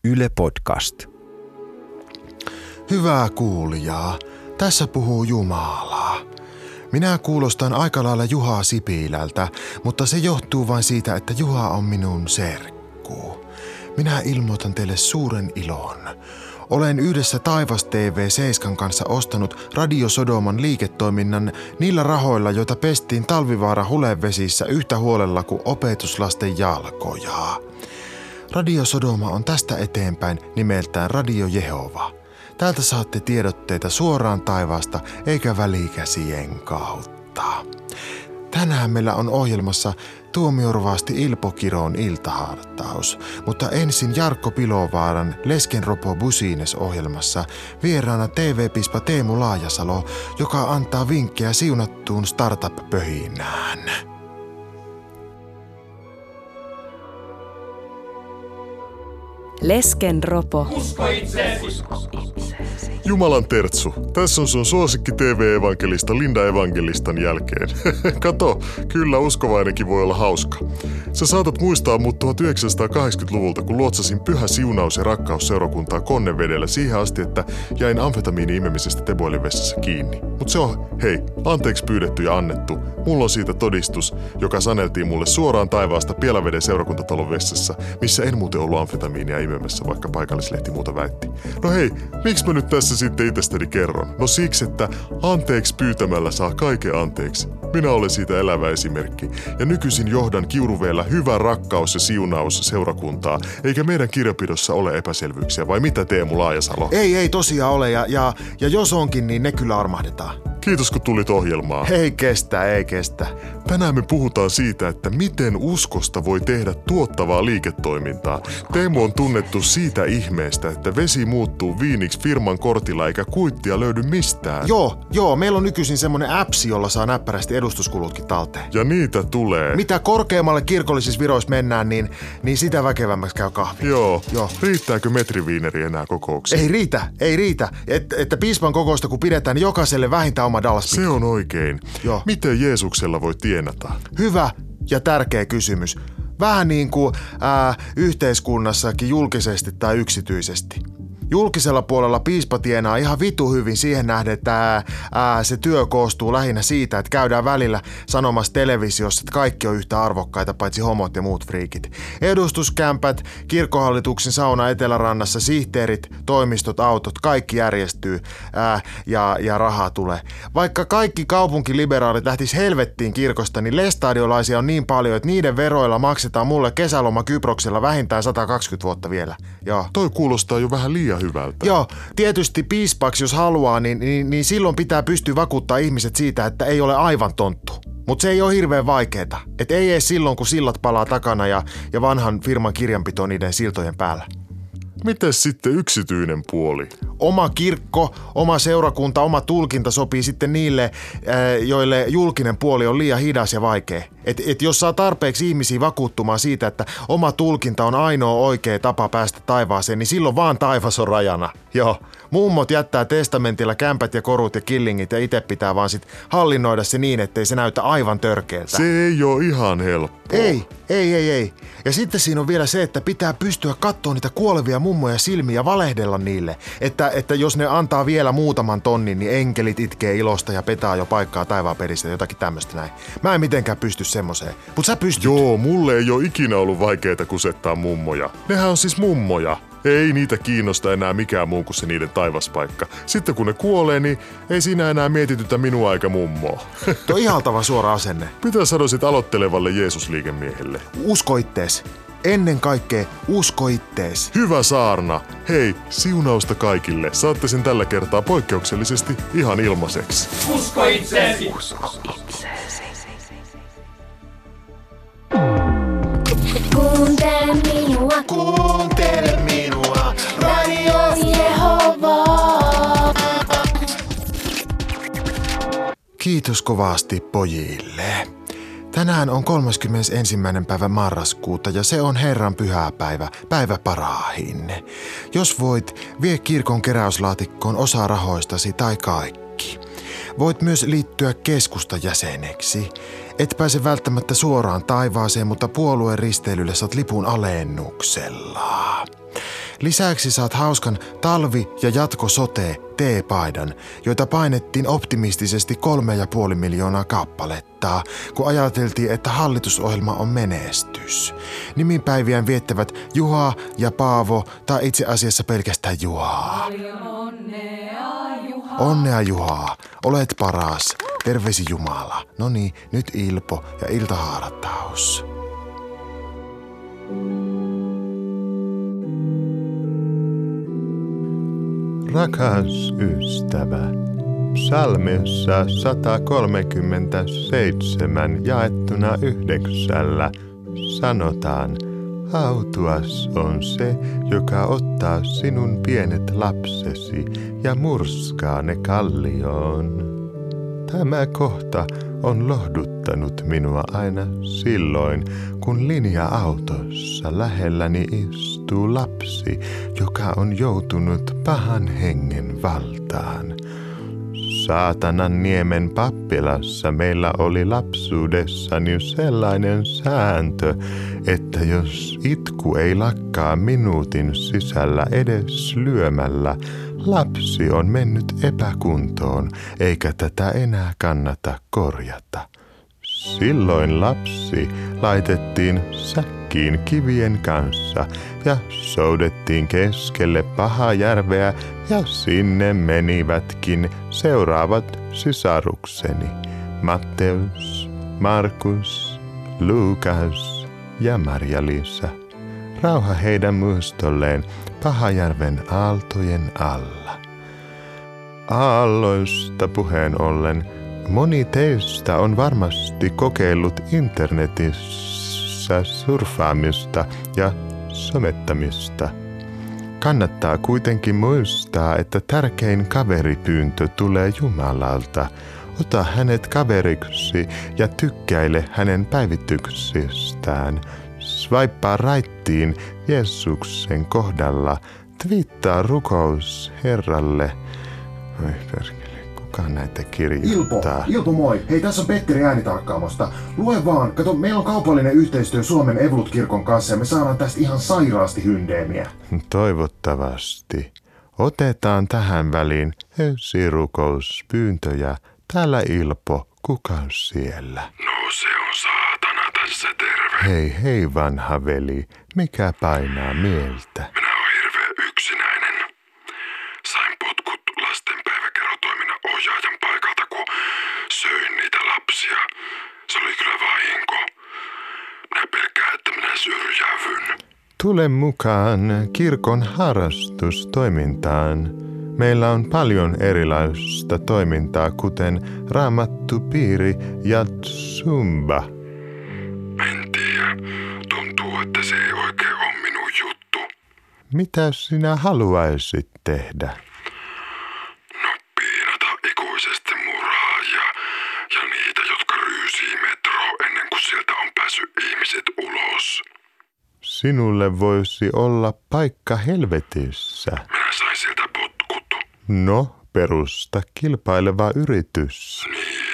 Yle Podcast. Hyvää kuulijaa, tässä puhuu Jumala. Minä kuulostan aika lailla Juha Sipilältä, mutta se johtuu vain siitä, että Juha on minun serkku. Minä ilmoitan teille suuren ilon. Olen yhdessä Taivas TV 7 kanssa ostanut Radio Sodoman liiketoiminnan niillä rahoilla, joita pestiin Talvivaara hulevesissä yhtä huolella kuin opetuslasten jalkoja. Radio Sodoma on tästä eteenpäin nimeltään Radio Jehova. Täältä saatte tiedotteita suoraan taivaasta eikä välikäsien kautta. Tänään meillä on ohjelmassa tuomiorovasti Ilpo Kiron iltahartaus, mutta ensin Jarkko Pilovaaran Leskenropo Busines ohjelmassa vieraana TV-pispa Teemu Laajasalo, joka antaa vinkkejä siunattuun startup-pöhinään. Leskenropo. Usko itseesi. Jumalan tertsu. Tässä on sun suosikki TV-evankelista Linda Evangelistan jälkeen. Kato, kyllä uskovainenkin voi olla hauska. Sä saatat muistaa mut 1980-luvulta, kun luotsasin Pyhä siunaus ja rakkaus seurakuntaa Konnevedellä siihen asti, että jäin amfetamiini-imemisestä Teboilin vessassa kiinni. Mut se on, hei, anteeksi pyydetty ja annettu. Mulla on siitä todistus, joka saneltiin mulle suoraan taivaasta Pielaveden seurakuntatalon vessassa, missä en muuten ollut amfetamiinia imemässä, vaikka paikallislehti muuta väitti. No hei, miksi mä nyt tässä sitten itsestäni kerron? No siksi, että anteeksi pyytämällä saa kaiken anteeksi. Minä olen siitä elävä esimerkki. Ja nykyisin johdan Kiuruveellä Hyvä rakkaus ja siunaus seurakuntaa. Eikä meidän kirjapidossa ole epäselvyyksiä, vai mitä Teemu Laajasalo? Ei tosiaan ole, ja jos onkin, niin ne kyllä armahdetaan. Kiitos kun tulit ohjelmaan. Ei kestä. Tänään me puhutaan siitä, että miten uskosta voi tehdä tuottavaa liiketoimintaa. Teemu on tunnettu siitä ihmeestä, että vesi muuttuu viiniksi firman kortilla eikä kuittia löydy mistään. Joo, meillä on nykyisin semmonen appsi, jolla saa näppärästi edustuskulutkin talteen. Ja niitä tulee. Mitä korkeammalle kirkollisissa viroissa mennään, niin sitä väkevämmäksi käy kahvi. Joo. Riittääkö metriviineri enää kokouksiin? Ei riitä. Että piispan kokousta kun pidetään, niin jokaiselle vähintään oma dallas. Se on oikein. Joo. Miten Jeesuksella voi tienata? Hyvä ja tärkeä kysymys. Vähän niin kuin yhteiskunnassakin julkisesti tai yksityisesti. Julkisella puolella piispa tienaa ihan vitu hyvin siihen nähden, että se työ koostuu lähinnä siitä, että käydään välillä sanomassa televisiossa, että kaikki on yhtä arvokkaita, paitsi homot ja muut friikit. Edustuskämpät, kirkkohallituksen sauna Etelärannassa, sihteerit, toimistot, autot, kaikki järjestyy ja rahaa tulee. Vaikka kaikki kaupunkiliberaalit lähtis helvettiin kirkosta, niin lestadiolaisia on niin paljon, että niiden veroilla maksetaan mulle kesäloma Kyproksella vähintään 120 vuotta vielä. Joo. Toi kuulostaa jo vähän liian hyvältä. Joo, tietysti piispaksi jos haluaa, niin silloin pitää pystyä vakuuttaa ihmiset siitä, että ei ole aivan tonttu. Mutta se ei ole hirveän vaikeeta. Et ei edes silloin, kun sillat palaa takana ja vanhan firman kirjanpito niiden siltojen päällä. Mites sitten yksityinen puoli? Oma kirkko, oma seurakunta, oma tulkinta sopii sitten niille, joille julkinen puoli on liian hidas ja vaikea. Et jos saa tarpeeksi ihmisiä vakuuttumaan siitä, että oma tulkinta on ainoa oikea tapa päästä taivaaseen, niin silloin vaan taivas on rajana. Joo. Mummot jättää testamentilla kämpät ja korut ja killingit ja itse pitää vaan sit hallinnoida se niin, ettei se näytä aivan törkeältä. Se ei ole ihan helppoa. Ei. Ja sitten siinä on vielä se, että pitää pystyä katsoa niitä kuolevia mummoja silmiä ja valehdella niille. Että jos ne antaa vielä muutaman tonnin, niin enkelit itkee ilosta ja petaa jo paikkaa taivaanperistä, jotakin tämmöistä näin. Mä en mitenkään pysty semmoseen, mut sä pystyt. Joo, mulle ei ole ikinä ollut vaikeeta kusettaa mummoja. Nehän on siis mummoja. Ei niitä kiinnosta enää mikään muu kuin se niiden taivaspaikka. Sitten kun ne kuolee, niin ei siinä enää mietitytä minua eikä mummoa. Tuo ihaltava suora asenne. Mitä sanoisit aloittelevalle Jeesus-liikemiehelle? Usko ittees. Ennen kaikkea usko ittees. Hyvä saarna. Hei, siunausta kaikille. Saatte sen tällä kertaa poikkeuksellisesti ihan ilmaiseksi. Usko itseesi. Kuuntele minua, Radio Jehova. Kiitos kovasti pojille. Tänään on 31. päivä marraskuuta ja se on Herran pyhäpäivä, päivä paraahin. Jos voit, vie kirkon keräyslaatikkoon osa rahoistasi tai kaikki. Voit myös liittyä keskustajäseneksi. Et pääse välttämättä suoraan taivaaseen, mutta puolueen risteilylle saat lipun alennuksella. Lisäksi saat hauskan talvi- ja jatko-sote-teepaidan, joita painettiin optimistisesti 3,5 miljoonaa kappaletta, kun ajateltiin, että hallitusohjelma on menestys. Nimipäiviään viettävät Juha ja Paavo, tai itse asiassa pelkästään Juha. Onnea Juha, olet paras. Terveisi Jumala. Noniin, nyt Ilpo ja iltahaarattaus. Rakas ystävä, psalmissa 137 jaettuna 9 sanotaan, autuas on se, joka ottaa sinun pienet lapsesi ja murskaa ne kallioon. Tämä kohta on lohduttanut minua aina silloin, kun linja-autossa lähelläni istuu lapsi, joka on joutunut pahan hengen valtaan. Saatanan niemen pappilassa meillä oli lapsuudessani sellainen sääntö, että jos itku ei lakkaa minuutin sisällä edes lyömällä, lapsi on mennyt epäkuntoon, eikä tätä enää kannata korjata. Silloin lapsi laitettiin säkkiin kivien kanssa ja soudettiin keskelle Pahajärveä ja sinne menivätkin seuraavat sisarukseni, Matteus, Markus, Luukas ja Marja-Liisa. Rauha heidän muistolleen Pahajärven aaltojen alla. Aalloista puheen ollen, moni teistä on varmasti kokeillut internetissä surffaamista ja somettamista. Kannattaa kuitenkin muistaa, että tärkein kaveripyyntö tulee Jumalalta. Ota hänet kaveriksi ja tykkäile hänen päivityksistään. Swipea raittiin Jeesuksen kohdalla. Twiittaa rukous Herralle. Oi perkele, kuka näitä kirjoittaa? Ilpo moi. Hei, tässä on Petteri äänitarkkaamosta. Lue vaan. Kato, meillä on kaupallinen yhteistyö Suomen Evolut-kirkon kanssa ja me saadaan tästä ihan sairaasti hyndeemiä. Toivottavasti. Otetaan tähän väliin esirukouspyyntöjä. Täällä Ilpo, kuka on siellä? No se on saatana tässä terve. Hei vanha veli, mikä painaa mieltä? Minä oon hirveän yksinäinen. Sain potkut lastenpäiväkerhotoiminnan ohjaajan paikalta, kun söin niitä lapsia. Se oli kyllä vahinko. Minä pelkään, että minä syrjävyn. Tule mukaan kirkon harrastustoimintaan. Meillä on paljon erilaista toimintaa, kuten raamattupiiri ja zumba. En tiedä. Tuntuu, että se ei oikein ole minun juttu. Mitä sinä haluaisit tehdä? No piinata ikuisesti murhaajia ja niitä, jotka ryysii metroa ennen kuin sieltä on päässyt ihmiset ulos. Sinulle voisi olla paikka helvetissä. Minä sain sieltä potkut. No, perusta kilpaileva yritys.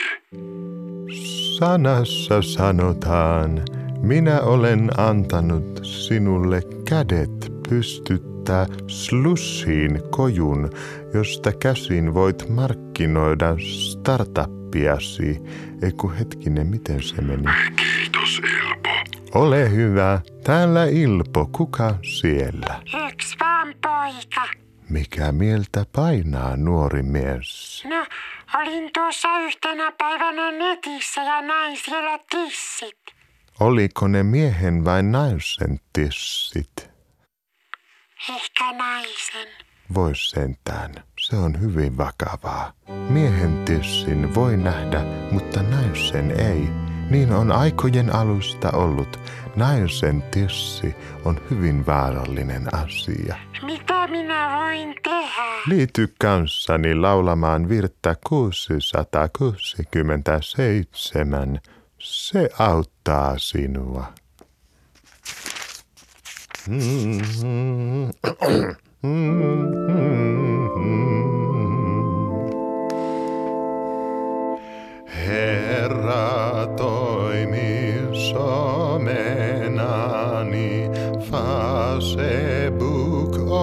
Sanassa sanotaan, minä olen antanut sinulle kädet pystyttää slussiin kojun, josta käsin voit markkinoida startuppiasi. Eiku hetkinen, miten se meni? Kiitos Ilpo. Ole hyvä. Täällä Ilpo, kuka siellä? Yksi vaan poika. Mikä mieltä painaa, nuori mies? No, olin tuossa yhtenä päivänä netissä ja näin siellä tissit. Oliko ne miehen vai naisen tissit? Ehkä naisen. Voi sentään, se on hyvin vakavaa. Miehen tissin voi nähdä, mutta naisen ei. Niin on aikojen alusta ollut. Naisen tissi on hyvin vaarallinen asia. Mitä minä voin tehdä? Liity kanssani laulamaan virttä 667. Se auttaa sinua. Herra toimi somenani, Facebook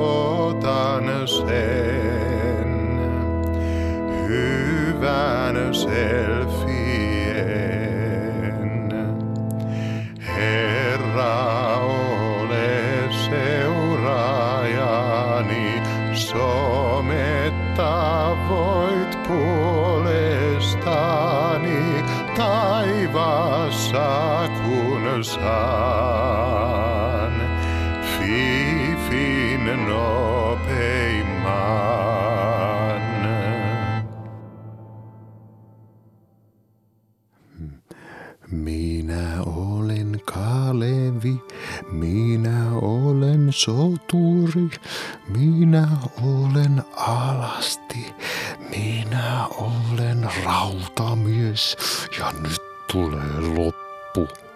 otan sen hyvän selfien. Herra, ole seuraajani, sometta voit puolestani taivaassa kun saan Fifin nopeimman. Minä olen Kalevi, minä olen soturi, minä olen alasti, minä olen rautamies ja nyt tulee loppu.